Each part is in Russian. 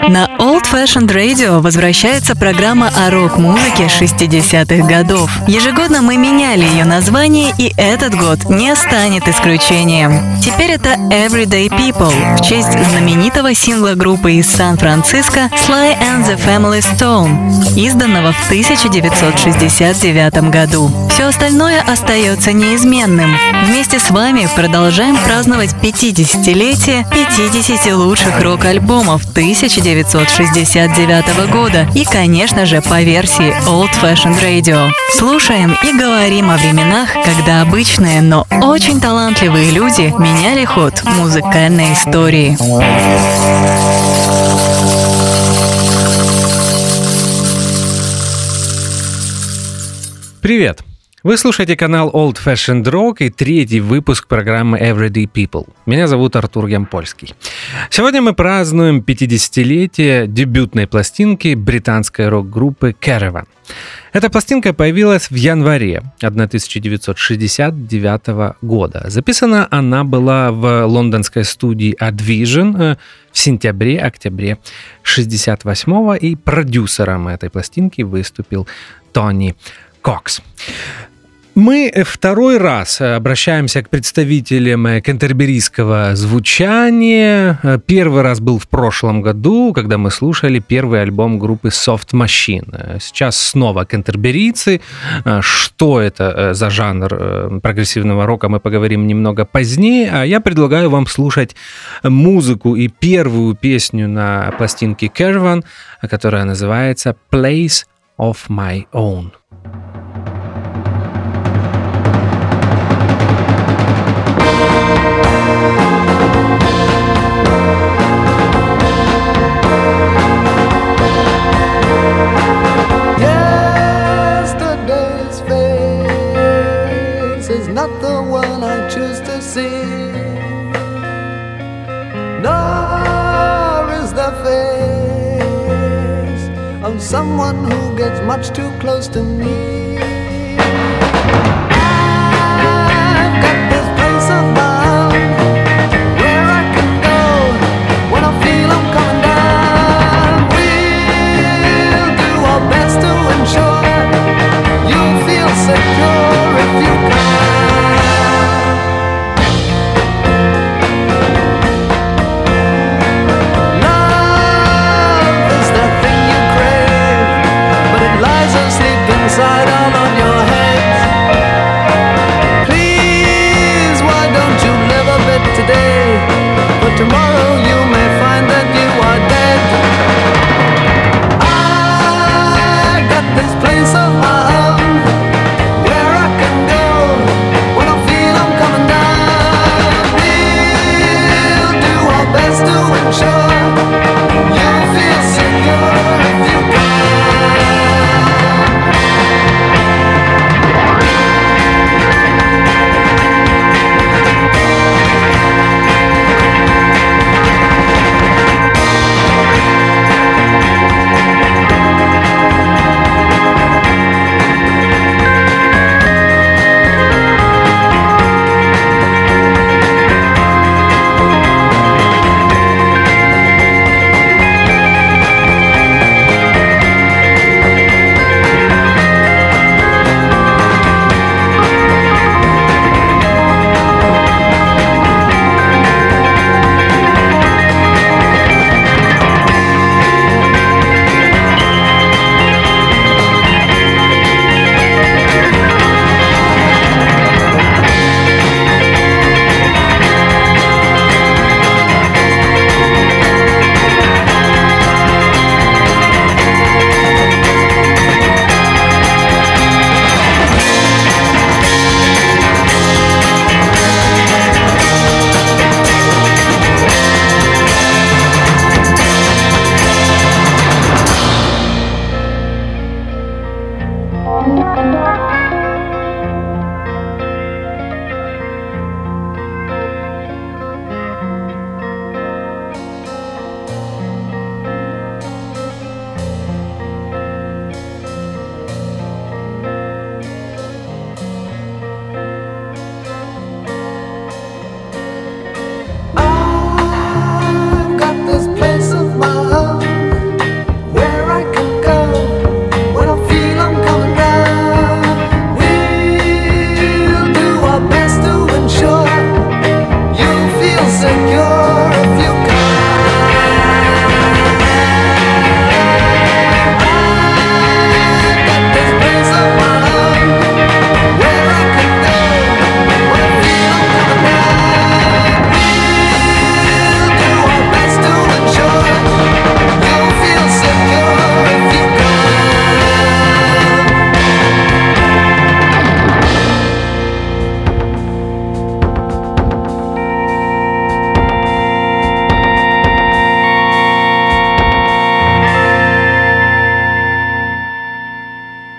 На Old Fashioned Radio возвращается программа о рок-музыке 60-х годов. Ежегодно мы меняли ее название, и этот год не станет исключением. Теперь это Everyday People в честь знаменитого сингла группы из Сан-Франциско Sly and the Family Stone, изданного в 1969 году. Все остальное остается неизменным. Вместе с вами продолжаем праздновать 50-летие 50 лучших рок-альбомов 1969 года и, конечно же, по версии Old Fashioned Radio. Слушаем и говорим о временах, когда обычные, но очень талантливые люди меняли ход музыкальной истории. Привет! Вы слушаете канал Old Fashioned Rock и третий выпуск программы Everyday People. Меня зовут Артур Ямпольский. Сегодня мы празднуем 50-летие дебютной пластинки британской рок-группы Caravan. Эта пластинка появилась в январе 1969 года. Записана она была в лондонской студии Advision в сентябре-октябре 1968 и продюсером этой пластинки выступил Тони Кокс. Мы второй раз обращаемся к представителям кентерберийского звучания. Первый раз был в прошлом году, когда мы слушали первый альбом группы Soft Machine. Сейчас снова кентерберийцы. Что это за жанр прогрессивного рока, мы поговорим немного позднее. А я предлагаю вам слушать музыку и первую песню на пластинке Caravan, которая называется Place of My Own. Someone who gets much too close to me. I've got this place of my own where I can go when I feel I'm coming down. We'll do our best to ensure you'll feel secure if you come. Inside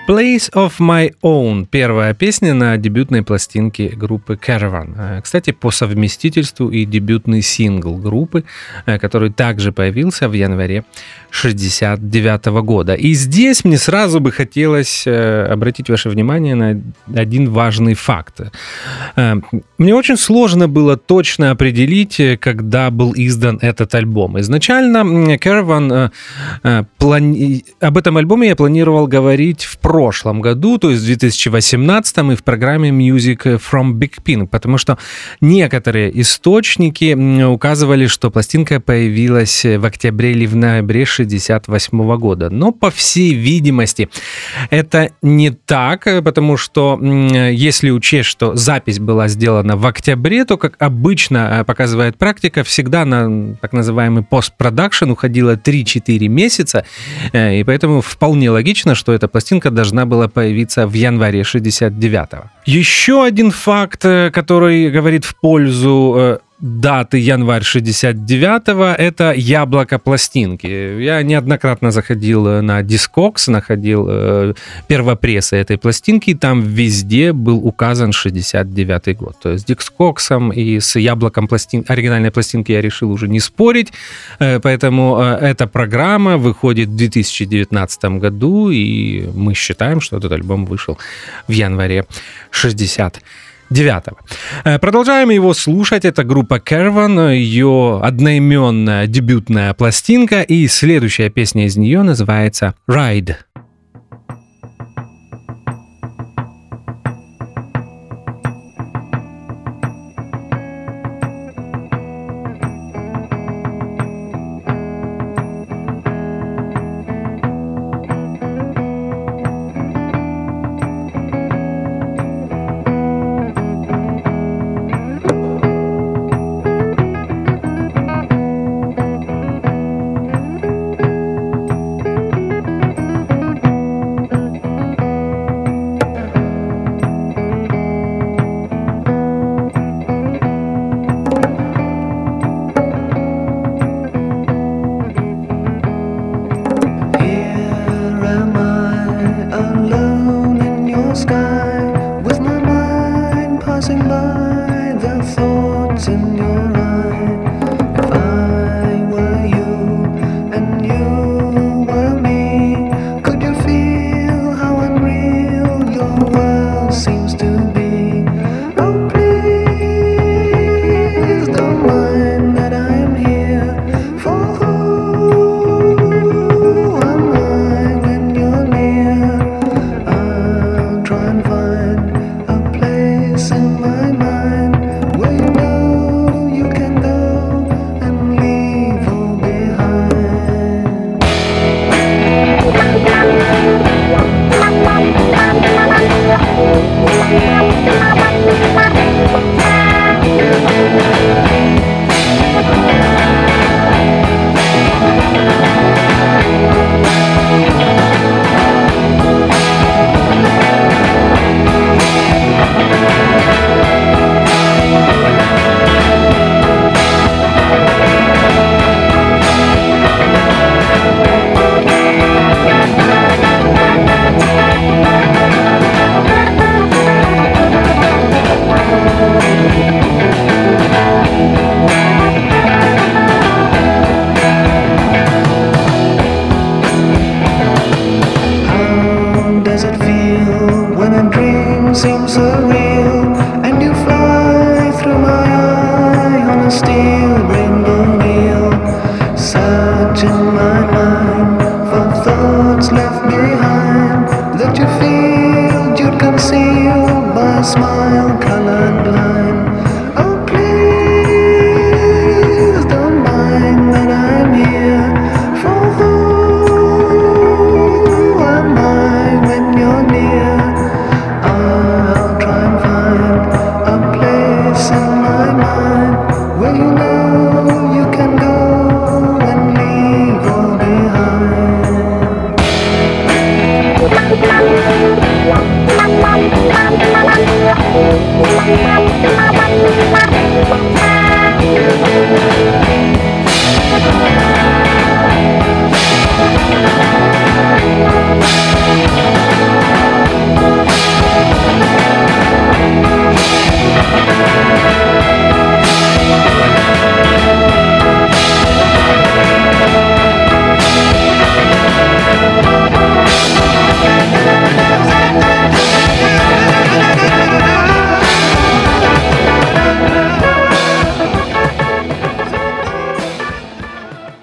Place of My Own. Первая песня на дебютной пластинке группы Caravan. Кстати, по совместительству и дебютный сингл группы, который также появился в январе 1969 года. И здесь мне сразу бы хотелось обратить ваше внимание на один важный факт. Мне очень сложно было точно определить, когда был издан этот альбом. Изначально Caravan, об этом альбоме я планировал говорить в прошлом году, то есть в 2018, и в программе Music from Big Pink, потому что некоторые источники указывали, что пластинка появилась в октябре или в ноябре 1968 года. Но, по всей видимости, это не так, потому что если учесть, что запись была сделана в октябре, то, как обычно показывает практика, всегда на так называемый постпродакшн уходило 3-4 месяца, и поэтому вполне логично, что эта пластинка должна была появиться в январе 1969-го. Еще один факт, который говорит в пользу даты январь 1969-го, это яблоко пластинки. Я неоднократно заходил на Discogs, находил первопрессы этой пластинки, там везде был указан 1969 год. То есть с Discogs и с яблоком оригинальной пластинки я решил уже не спорить, поэтому эта программа выходит в 2019 году, и мы считаем, что этот альбом вышел в январе 1969-го. Продолжаем его слушать. Это группа Caravan, ее одноименная дебютная пластинка, и следующая песня из нее называется «Ride». Ride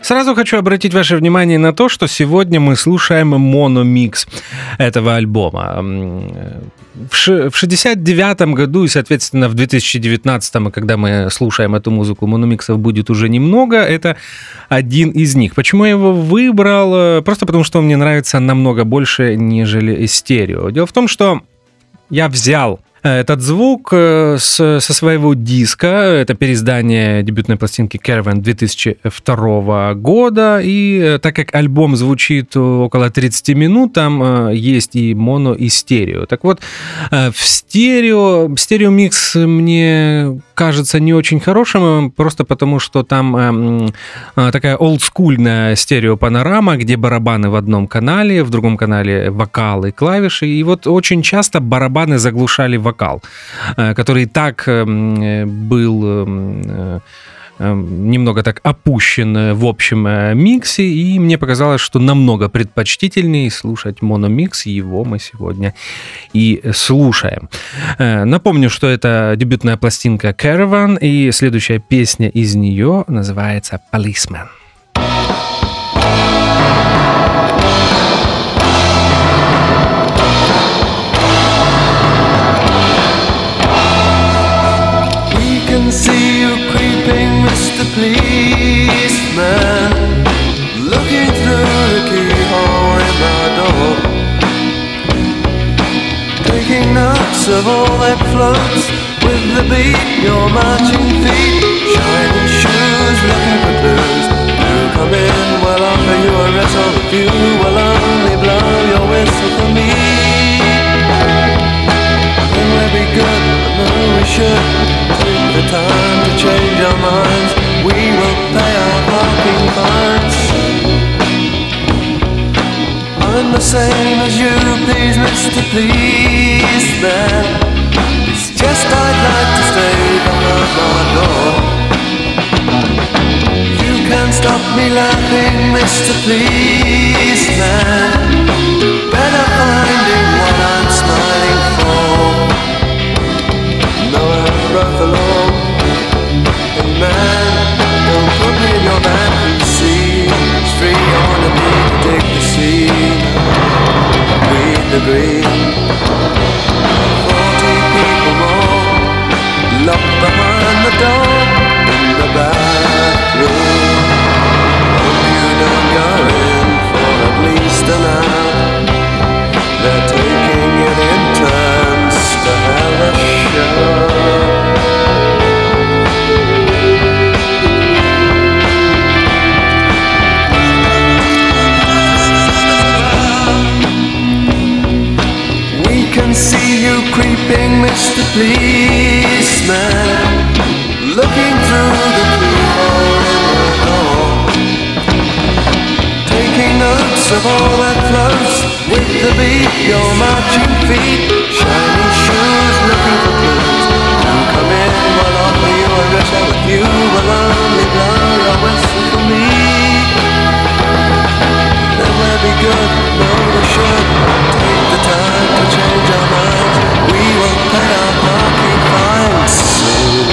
Сразу хочу обратить ваше внимание на то, что сегодня мы слушаем мономикс этого альбома. В 69-м году и, соответственно, в 2019-м, когда мы слушаем эту музыку, мономиксов будет уже немного. Это один из них. Почему я его выбрал? Просто потому, что он мне нравится намного больше, нежели стерео. Дело в том, что я взял этот звук со своего диска. Это переиздание дебютной пластинки Caravan 2002 года. И так как альбом звучит около 30 минут, там есть и моно, и стерео. Так вот, в стереомикс мне кажется не очень хорошим, просто потому что там такая олдскульная стереопанорама, где барабаны в одном канале, в другом канале вокал и клавиши. И вот очень часто барабаны заглушали вокал, который так был немного так опущен в общем миксе, и мне показалось, что намного предпочтительнее слушать мономикс, его мы сегодня и слушаем. Напомню, что это дебютная пластинка Caravan, и следующая песня из нее называется «Policeman». See you creeping, Mr. Policeman, looking through the keyhole in my door, taking notes of all that floats with the beat, your marching feet, shiny shoes, looking for clues. Do come in, we'll offer you a rest, or if you will only blow your whistle for me. Then we'll be good, but no, we should take the time to change our minds. We will pay our parking fines. I'm the same as you, please, Mr. Policeman. It's just I'd like to stay behind my door. You can't stop me laughing, Mr. Policeman. Better finding what I'm smiling for. No, I broke the law. Hey man, don't put me in your van, please see. It's free on the beat to take the sea. Read the green. 40 people more locked behind the door in the bathroom. Hope you don't go in for at least an hour. They're taking it in turns to have a show. See you creeping, Mr. Policeman, looking through the keyhole in the door, taking notes of all that floats with the beat, your marching feet, shiny shoes, looking for clues. Do come in, we'll offer you a rest, or with you will only blow your whistle for me. Then we'll be good, no we should take the time to change our minds. We will pay our parking fines soon.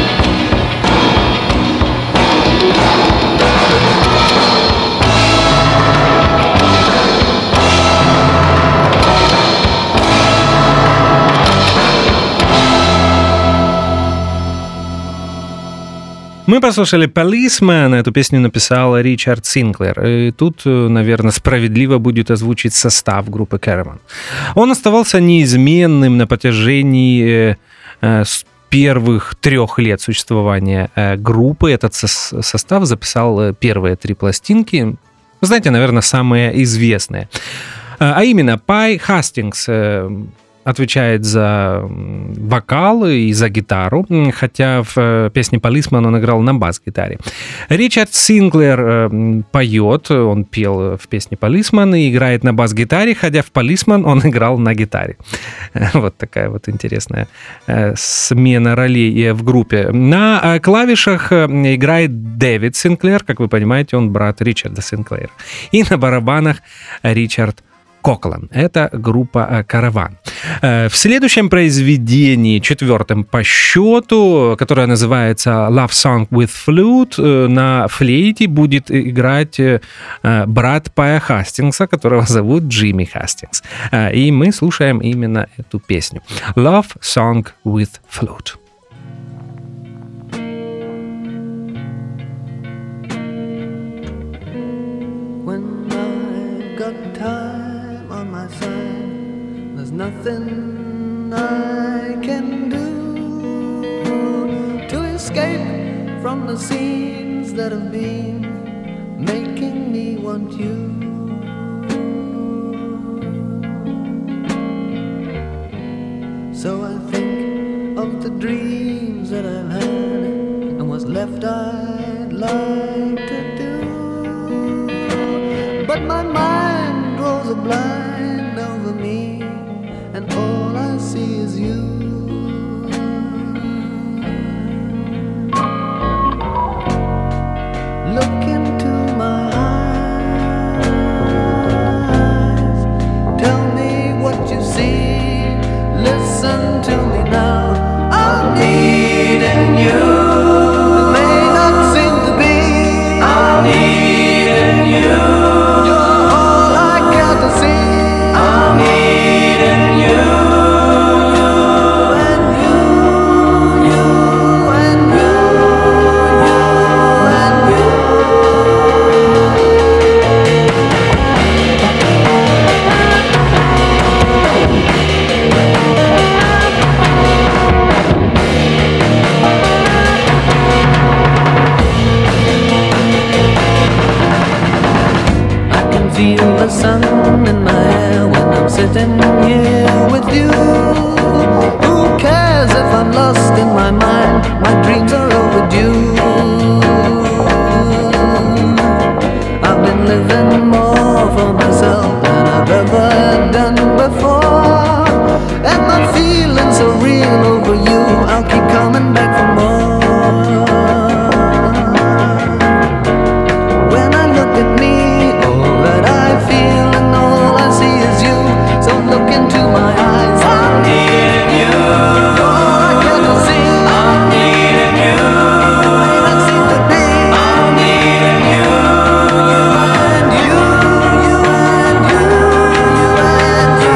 Мы послушали «Policeman», эту песню написал Ричард Синклер. И тут, наверное, справедливо будет озвучить состав группы Caravan. Он оставался неизменным на протяжении первых 3 лет существования группы. Этот состав записал первые 3 пластинки. Вы знаете, наверное, самые известные. А именно, Пай Хастингс отвечает за вокал и за гитару, хотя в песне «Policeman» он играл на бас-гитаре. Ричард Синклер поет, он пел в песне «Policeman» и играет на бас-гитаре, хотя в «Policeman» он играл на гитаре. Вот такая вот интересная смена ролей в группе. На клавишах играет Дэвид Синклер, как вы понимаете, он брат Ричарда Синклера. И на барабанах Ричард Coquelin. Это группа «Караван». В следующем произведении, 4-м по счету, которое называется «Love Song with Flute», на флейте будет играть брат Пая Хастингса, которого зовут Джимми Хастингс. И мы слушаем именно эту песню. «Love Song with Flute». Nothing I can do to escape from the scenes that have been making me want you. So I think of the dreams that I've had and what's left I'd like to do, but my mind grows a blind over me, and all I see is you. Look into my eyes, tell me what you see, listen to me now. I'm needing you. It may not seem to be. I'm needing you. You're all I care to see. I'm needing you. And you, you and you, and you. I can feel the sun in my hair when I'm sitting here with you. Who cares if I'm lost in my mind? My dreams are overdue. I've been living more for myself than I've ever done before, and my feelings are real over you. I'll keep coming back for more. When I look at me, all that I feel and all I see is you. So look into my eyes. I'm needing you. All I care to see. I'm needing you. May not seem to be. I'm needing you. You and you. You and you. You and you.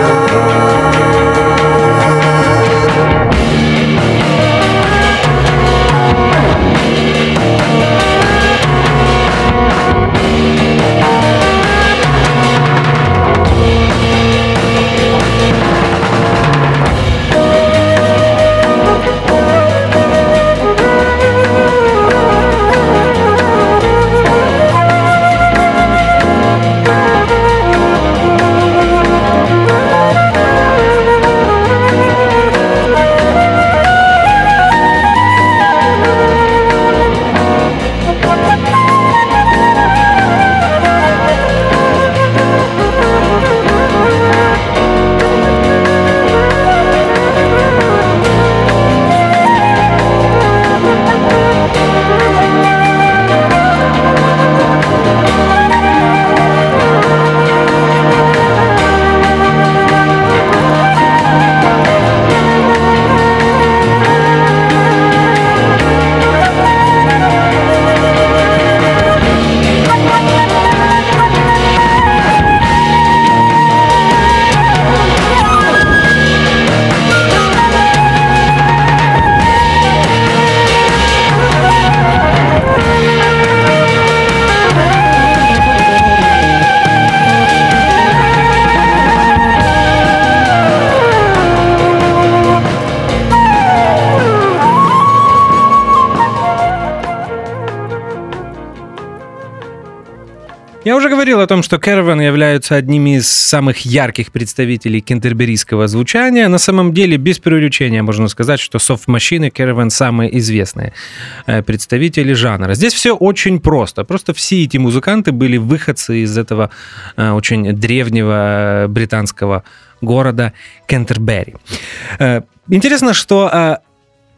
Я уже говорил о том, что Caravan являются одними из самых ярких представителей кентерберийского звучания. На самом деле, без преувеличения можно сказать, что Soft Machine и Caravan самые известные представители жанра. Здесь все очень просто. Просто все эти музыканты были выходцы из этого очень древнего британского города Кентербери. Интересно, что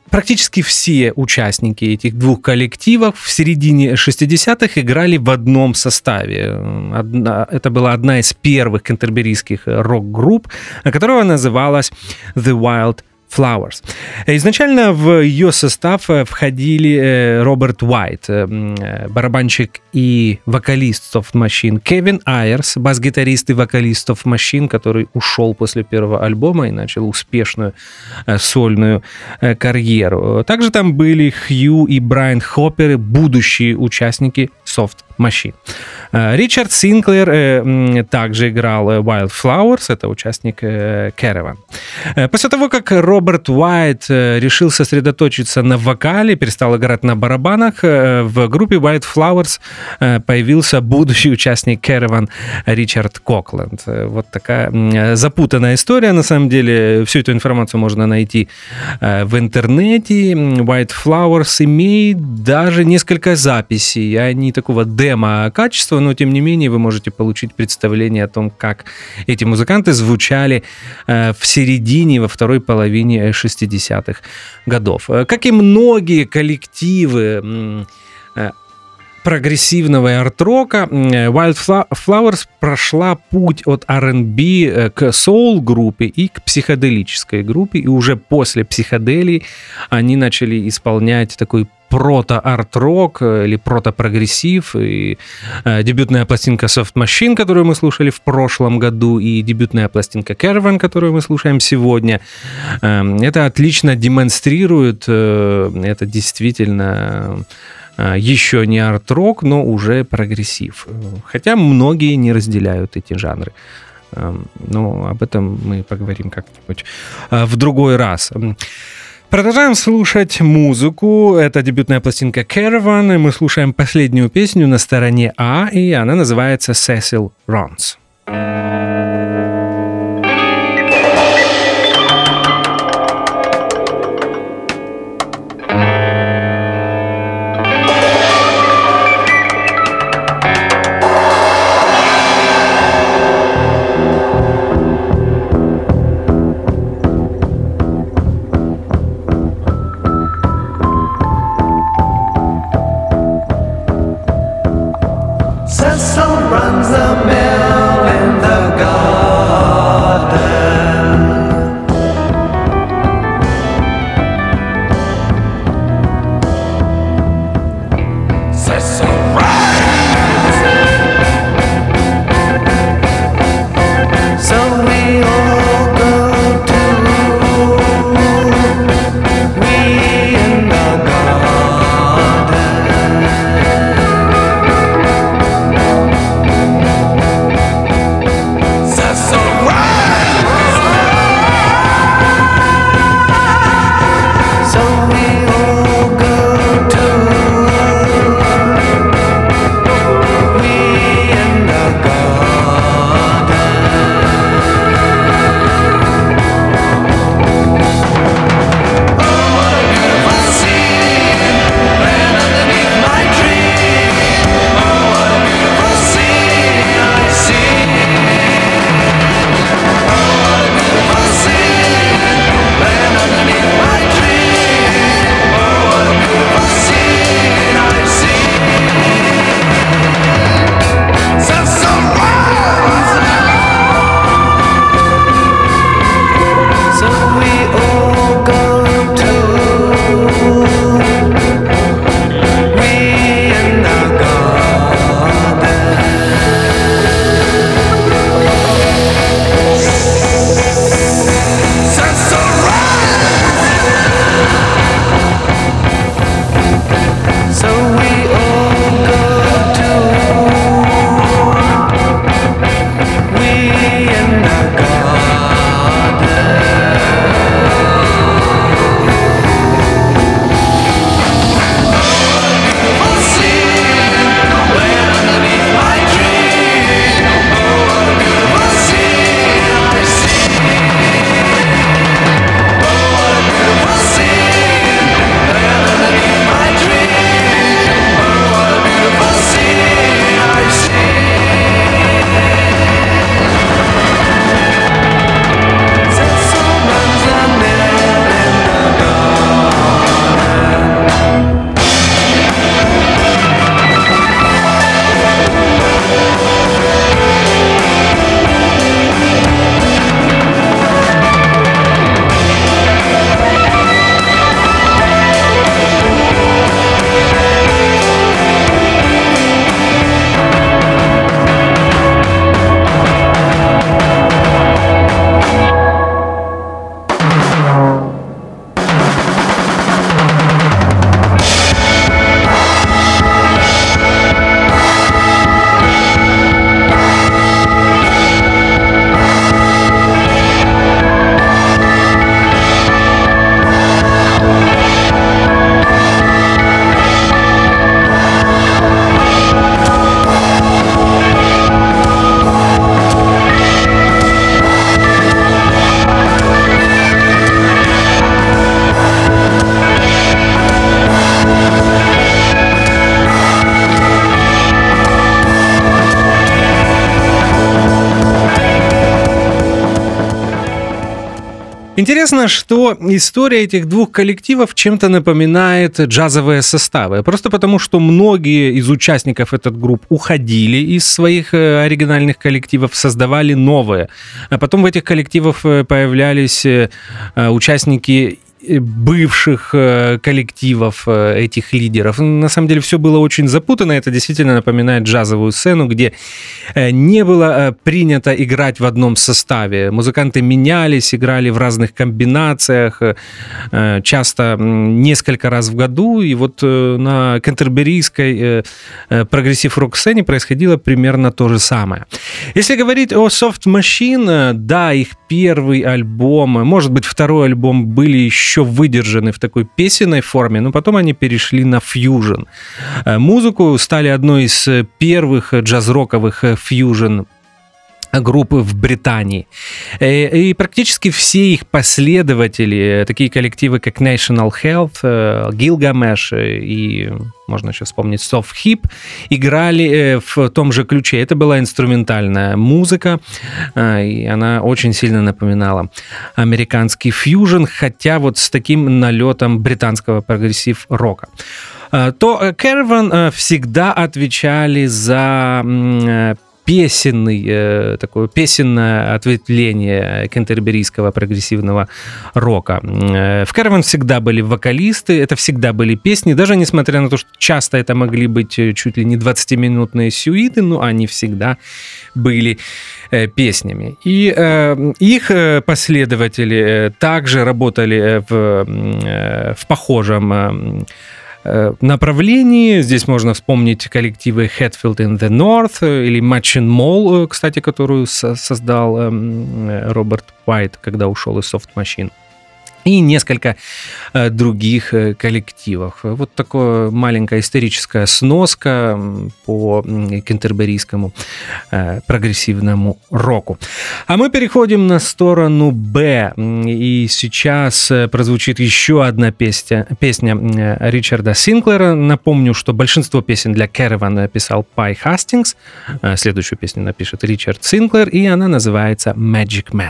практически все участники этих двух коллективов в середине 60-х играли в одном составе. Это была одна из первых кентерберийских рок-групп, которая называлась The Wild Flowers. Изначально в ее состав входили Роберт Уайт, барабанщик и вокалист Soft Machine, Кевин Айерс, бас-гитарист и вокалист Soft Machine, который ушел после первого альбома и начал успешную сольную карьеру. Также там были Хью и Брайан Хопперы, будущие участники Soft Machine. Ричард Синклер также играл Wild Flowers, это участник Caravan. После того, как Роберт Уайт решил сосредоточиться на вокале, перестал играть на барабанах, в группе Wild Flowers появился будущий участник Caravan Ричард Кокленд. Вот такая запутанная история, на самом деле. Всю эту информацию можно найти в интернете. Wild Flowers имеет даже несколько записей, они такого демо-качества, но тем не менее вы можете получить представление о том, как эти музыканты звучали в середине, во второй половине 60-х годов. Как и многие коллективы прогрессивного и арт-рока, Wild Flowers прошла путь от R&B к соул-группе и к психоделической группе, и уже после психоделии они начали исполнять такой прото-арт-рок или прото-прогрессив, и дебютная пластинка Soft Machine, которую мы слушали в прошлом году, и дебютная пластинка Caravan, которую мы слушаем сегодня, это отлично демонстрирует, это действительно еще не арт-рок, но уже прогрессив. Хотя многие не разделяют эти жанры. Но об этом мы поговорим как-нибудь в другой раз. Продолжаем слушать музыку. Это дебютная пластинка Caravan. Мы слушаем последнюю песню на стороне А, и она называется Cecil Runs. Cecil runs the mill in the garden. Cecil runs. So we all go too. We in the garden. Интересно, что история этих двух коллективов чем-то напоминает джазовые составы. Просто потому, что многие из участников этих групп уходили из своих оригинальных коллективов, создавали новые. А потом в этих коллективах появлялись участники бывших коллективов этих лидеров. На самом деле все было очень запутано. Это действительно напоминает джазовую сцену, где не было принято играть в одном составе. Музыканты менялись, играли в разных комбинациях, часто несколько раз в году. И вот на кентерберийской прогрессив-рок-сцене происходило примерно то же самое. Если говорить о Soft Machine, да, их первый альбом, может быть, второй альбом были еще выдержаны в такой песенной форме, но потом они перешли на фьюжн. Музыку стали одной из первых джаз-роковых фьюжн группы в Британии. И практически все их последователи, такие коллективы, как National Health, Gilgamesh и, можно еще вспомнить, Soft Hip, играли в том же ключе. Это была инструментальная музыка, и она очень сильно напоминала американский фьюжн, хотя вот с таким налетом британского прогрессив-рока. То Caravan всегда отвечали за такое песенное ответвление кентерберийского прогрессивного рока. В Caravan всегда были вокалисты, это всегда были песни, даже несмотря на то, что часто это могли быть чуть ли не 20-минутные сюиты, но они всегда были песнями. И их последователи также работали в похожем направлении. Здесь можно вспомнить коллективы Hatfield in the North или Machine Mall, кстати, которую создал Роберт Уайт, когда ушел из Soft Machine. И несколько других коллективов. Вот такая маленькая историческая сноска по кентерберийскому прогрессивному року. А мы переходим на сторону Б. И сейчас прозвучит еще одна песня Ричарда Синклера. Напомню, что большинство песен для Caravan написал Пай Хастингс. Следующую песню напишет Ричард Синклер, и она называется «Magic Man».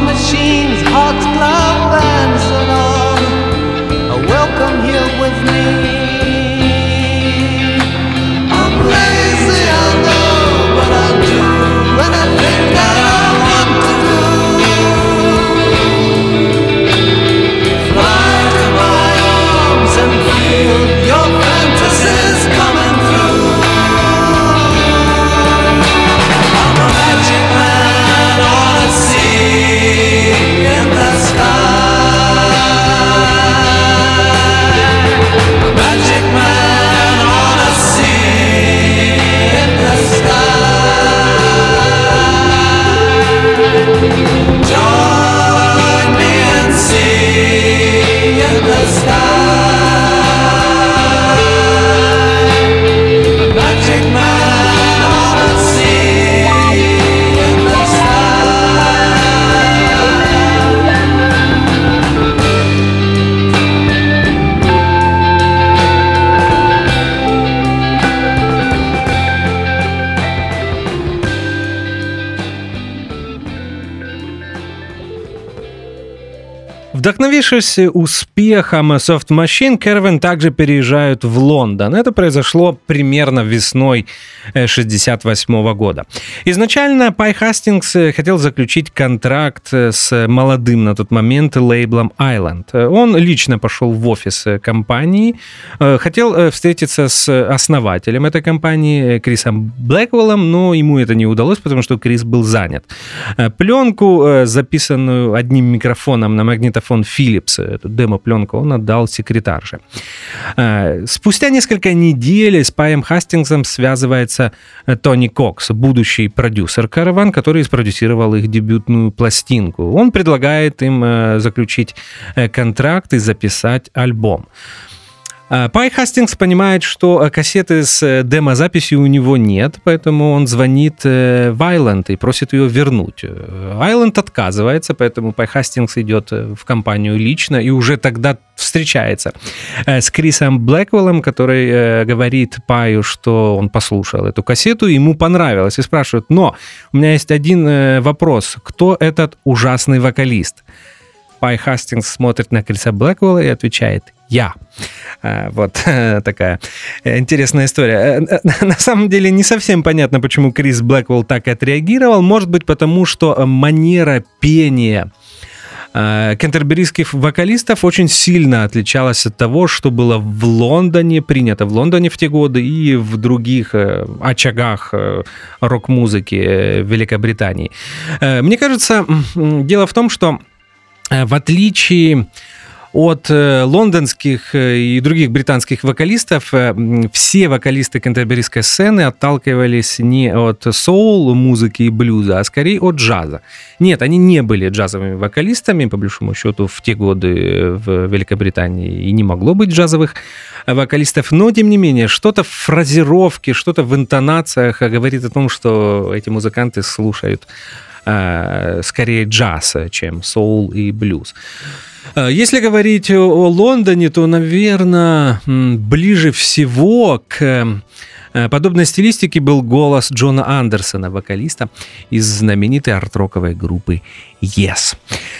machines, hot club bands and all. Welcome here with me. I'm lazy, I know, but I do anything that I want to do. Fly to my arms and feel your fantasies coming through. I'm a magic man on a sea in the sky. A magic man on a sea in the sky. Join me and see in the sky. A magic man on a sea in the Вдохновившись успехом Soft Machine, Caravan также переезжают в Лондон. Это произошло примерно весной 1968 года. Изначально Пай Хастингс хотел заключить контракт с молодым на тот момент лейблом Island. Он лично пошел в офис компании, хотел встретиться с основателем этой компании Крисом Блэквеллом, но ему это не удалось, потому что Крис был занят. Пленку, записанную одним микрофоном на магнитофон Philips, эту демо-пленку, он отдал секретарше. Спустя несколько недель с Пайем Хастингсом связывается Тони Кокс, будущий продюсер Caravan, который спродюсировал их дебютную пластинку. Он предлагает им заключить контракт и записать альбом. Пай Хастингс понимает, что кассеты с демозаписью у него нет, поэтому он звонит в Island и просит ее вернуть. Island отказывается, поэтому Пай Хастингс идет в компанию лично и уже тогда встречается с Крисом Блэквеллом, который говорит Паю, что он послушал эту кассету, ему понравилось, и спрашивает: но у меня есть один вопрос, кто этот ужасный вокалист? Пай Хастингс смотрит на Криса Блэквелла и отвечает: я. Вот такая интересная история. На самом деле не совсем понятно, почему Крис Блэквелл так отреагировал. Может быть, потому что манера пения кентерберийских вокалистов очень сильно отличалась от того, что было в Лондоне, принято в Лондоне в те годы и в других очагах рок-музыки Великобритании. Мне кажется, дело в том, что в отличие от лондонских и других британских вокалистов, все вокалисты кентерберийской сцены отталкивались не от соул-музыки и блюза, а скорее от джаза. Нет, они не были джазовыми вокалистами, по большому счету, в те годы в Великобритании и не могло быть джазовых вокалистов, но, тем не менее, что-то в фразировке, что-то в интонациях говорит о том, что эти музыканты слушают скорее джаз, чем соул и блюз. Если говорить о Лондоне, то, наверное, ближе всего к подобной стилистике был голос Джона Андерсона, вокалиста из знаменитой арт-роковой группы Yes.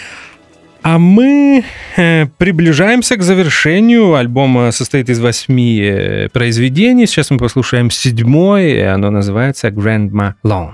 А мы приближаемся к завершению. Альбом состоит из 8 произведений. Сейчас мы послушаем 7-е, и оно называется «Grandma Lone».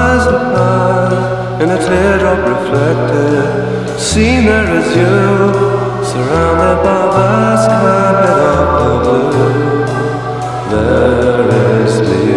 eyes apart, in a teardrop reflected, seen there as you, surrounded by a vast carpet of blue. There is me.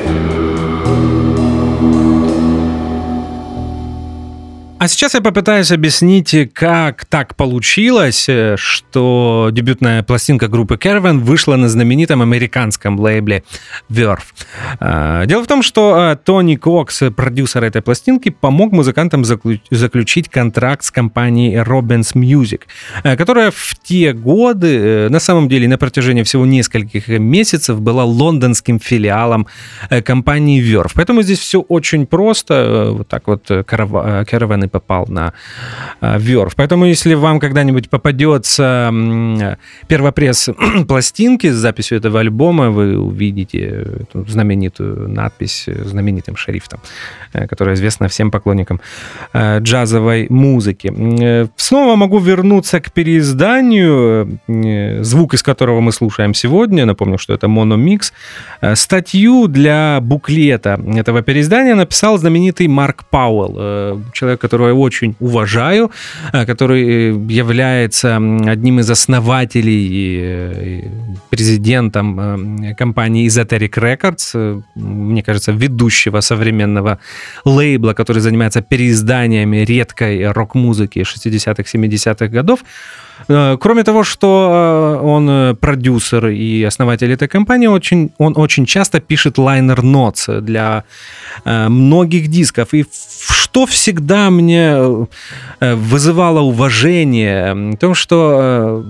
А сейчас я попытаюсь объяснить, как так получилось, что дебютная пластинка группы Caravan вышла на знаменитом американском лейбле Verve. Дело в том, что Тони Кокс, продюсер этой пластинки, помог музыкантам заключить контракт с компанией Robbins Music, которая в те годы, на самом деле на протяжении всего нескольких месяцев, была лондонским филиалом компании Verve. Поэтому здесь все очень просто. Вот так вот Caravan и попал на Verve. Поэтому, если вам когда-нибудь попадется первопресс пластинки с записью этого альбома, вы увидите эту знаменитую надпись знаменитым шрифтом, которая известна всем поклонникам джазовой музыки. Снова могу вернуться к переизданию, звук из которого мы слушаем сегодня. Напомню, что это Monomix. Статью для буклета этого переиздания написал знаменитый Марк Пауэлл, человек, которого я очень уважаю, который является одним из основателей и президентом компании Esoteric Records, мне кажется, ведущего современного лейбла, который занимается переизданиями редкой рок-музыки 60-х, 70-х годов. Кроме того, что он продюсер и основатель этой компании, он очень часто пишет liner notes для многих дисков. И что всегда мне вызывало уважение, в том, что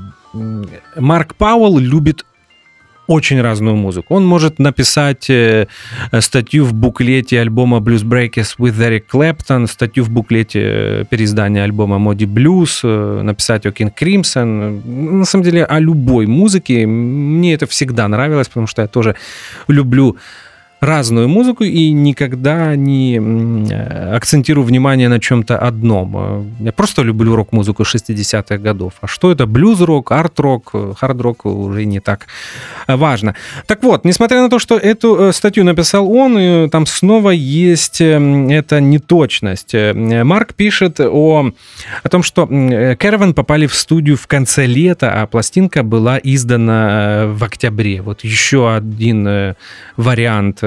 Марк Пауэлл любит очень разную музыку. Он может написать статью в буклете альбома Blues Breakers with Eric Clapton, статью в буклете переиздания альбома Moody Blues, написать о King Crimson. На самом деле, о любой музыке. Мне это всегда нравилось, потому что я тоже люблю разную музыку и никогда не акцентирую внимание на чем-то одном. Я просто люблю рок-музыку 60-х годов. А что это? Блюз-рок, арт-рок, хард-рок уже не так важно. Так вот, несмотря на то, что эту статью написал он, там снова есть эта неточность. Марк пишет о том, что Caravan попали в студию в конце лета, а пластинка была издана в октябре. Вот еще один вариант,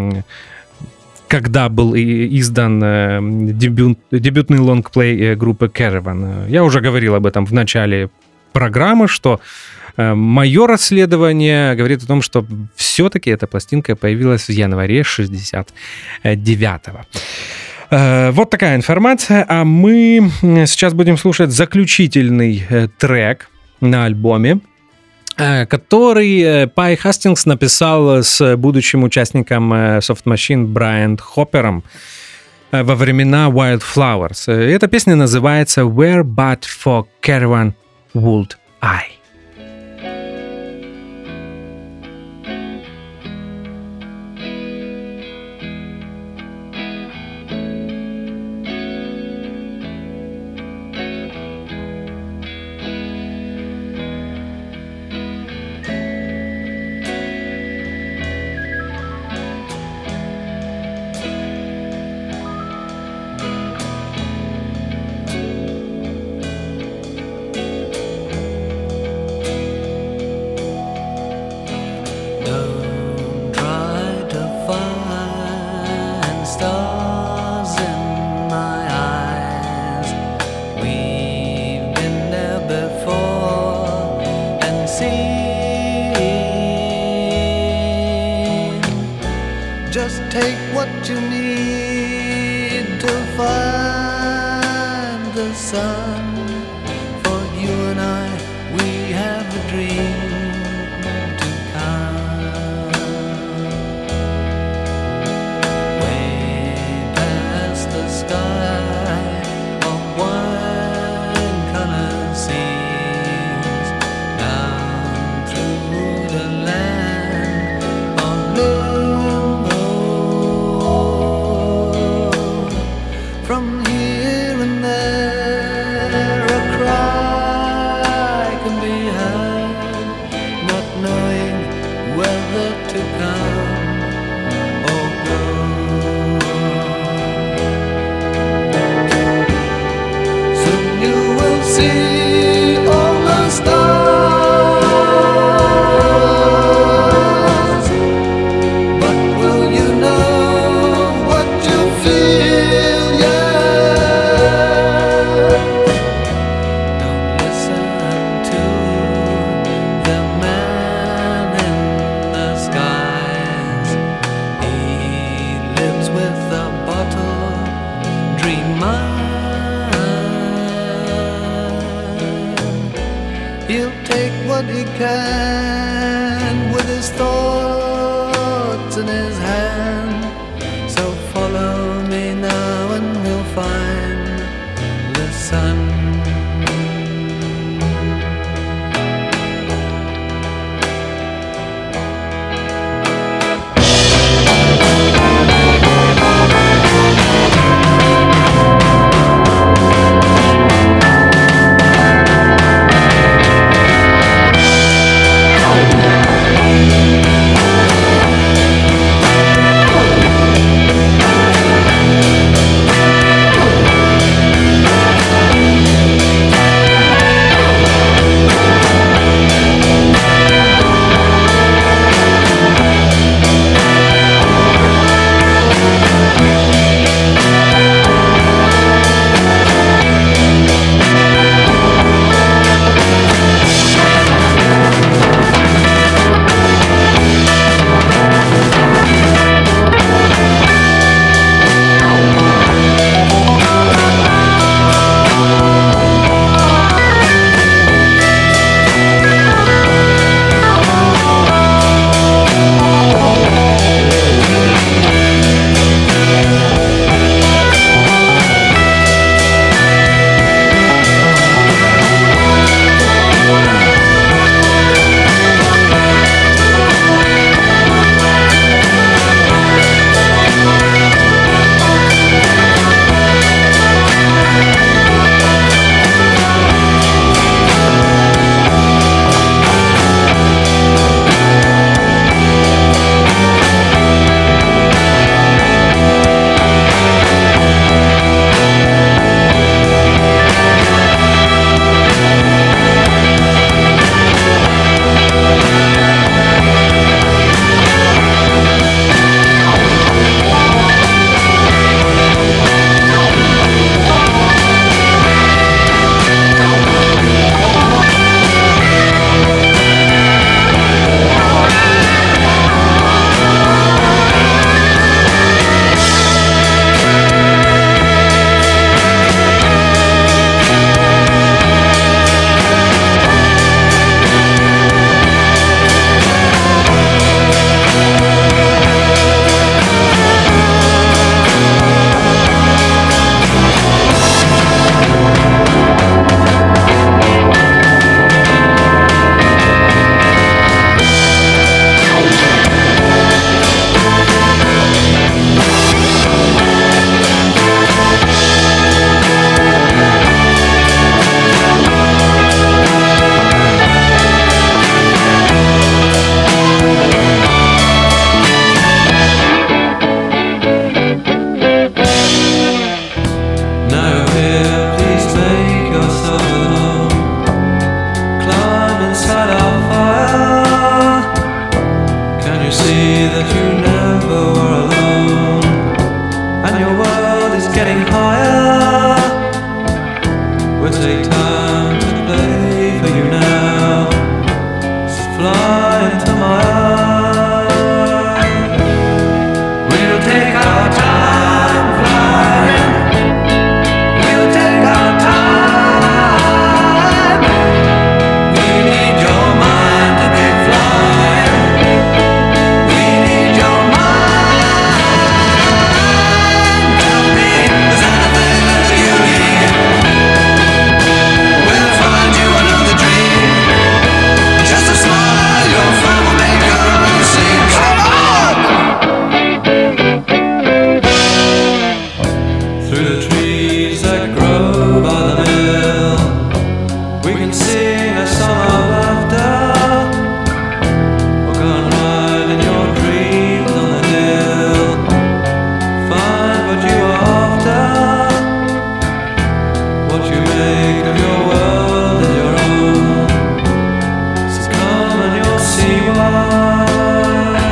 когда был издан дебютный лонгплей группы Caravan. Я уже говорил об этом в начале программы, что мое расследование говорит о том, что все-таки эта пластинка появилась в январе 69-го. Вот такая информация. А мы сейчас будем слушать заключительный трек на альбоме, который Пай Хастингс написал с будущим участником Soft Machine Брайан Хоппером во времена Wildflowers. Эта песня называется «Where but for Caravan would I?». Just take what you need to find the sun. For you and I, we have a dream to come. Way past the sky of wine-colored seas, down through the land of limbo. From here and there, a cry can be heard mind. He'll take what he can with his thoughts in his hand. So follow me now and we'll find the sun.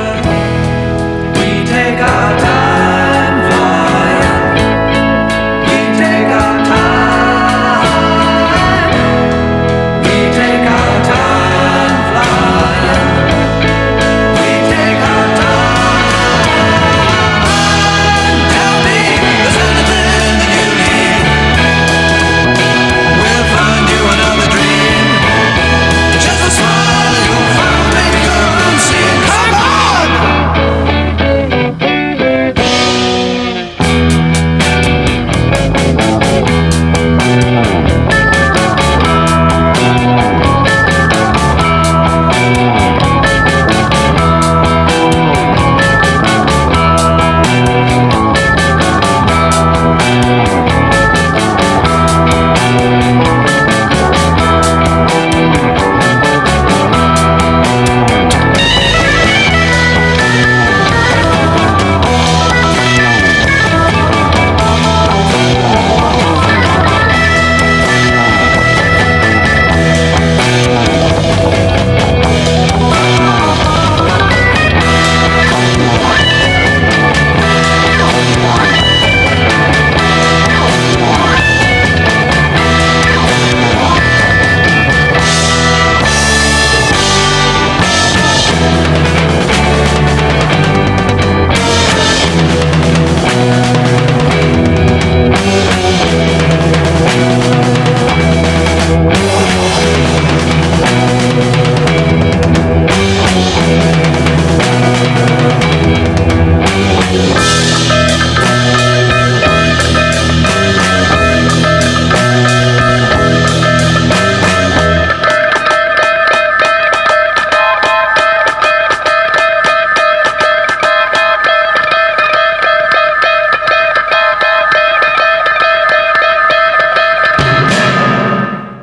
We take our time flying.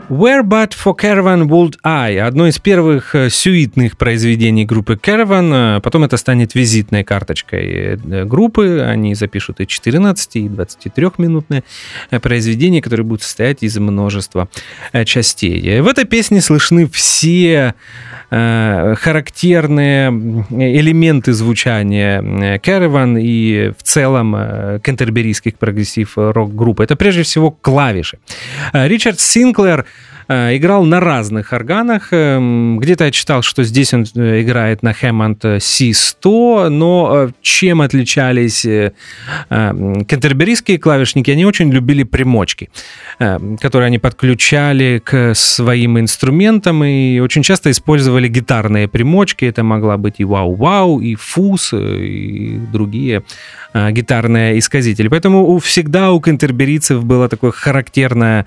Where But For Caravan Would I? Одно из первых сюитных произведений группы Caravan. Потом это станет визитной карточкой группы. Они запишут и 14, и 23-минутные произведения, которые будут состоять из множества частей. В этой песне слышны все характерные элементы звучания Caravan и в целом кентерберийских прогрессив-рок-групп. Это прежде всего клавиши. Ричард Синклер играл на разных органах. Где-то я читал, что здесь он играет на Hammond C100, но чем отличались кентерберийские клавишники? Они очень любили примочки, которые они подключали к своим инструментам и очень часто использовали гитарные примочки. Это могла быть и вау-вау, и фуз, и другие гитарные исказители. Поэтому всегда у кентерберийцев было такое характерное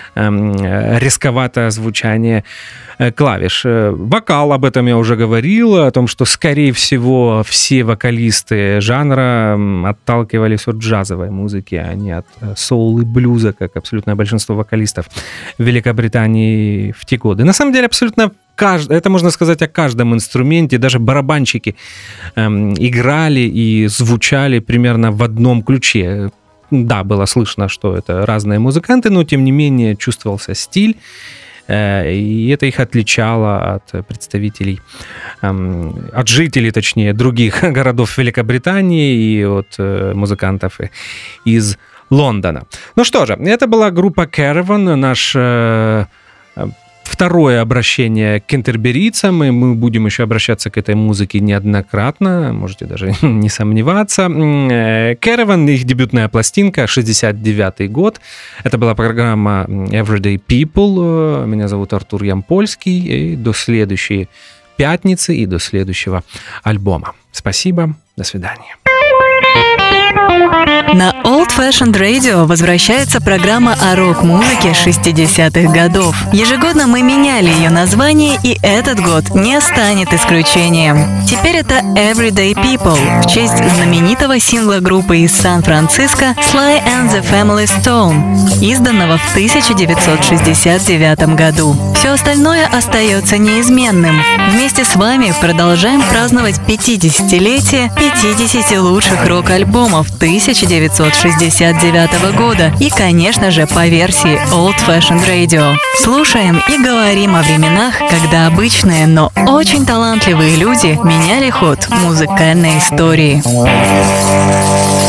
резковатое звучание клавиш. Вокал, об этом я уже говорил, о том, что, скорее всего, все вокалисты жанра отталкивались от джазовой музыки, а не от соул и блюза, как абсолютное большинство вокалистов в Великобритании в те годы. На самом деле, абсолютно это можно сказать о каждом инструменте, даже барабанщики играли и звучали примерно в одном ключе. Да, было слышно, что это разные музыканты, но тем не менее чувствовался стиль, и это их отличало от представителей, от жителей, точнее, других городов Великобритании и от музыкантов из Лондона. Ну что же, это была группа Caravan, наш второе обращение к кентерберийцам, и мы будем еще обращаться к этой музыке неоднократно, можете даже не сомневаться. Caravan, их дебютная пластинка, 69-й год. Это была программа Everyday People. Меня зовут Артур Ямпольский. И до следующей пятницы и до следующего альбома. Спасибо, до свидания. На Old Fashioned Radio возвращается программа о рок-музыке 60-х годов. Ежегодно мы меняли ее название, и этот год не станет исключением. Теперь это Everyday People в честь знаменитого сингла группы из Сан-Франциско Sly and the Family Stone, изданного в 1969 году. Все остальное остается неизменным. Вместе с вами продолжаем праздновать 50-летие 50 лучших рок-альбомов 1969 года и, конечно же, по версии Old Fashioned Radio. Слушаем и говорим о временах, когда обычные, но очень талантливые люди меняли ход музыкальной истории.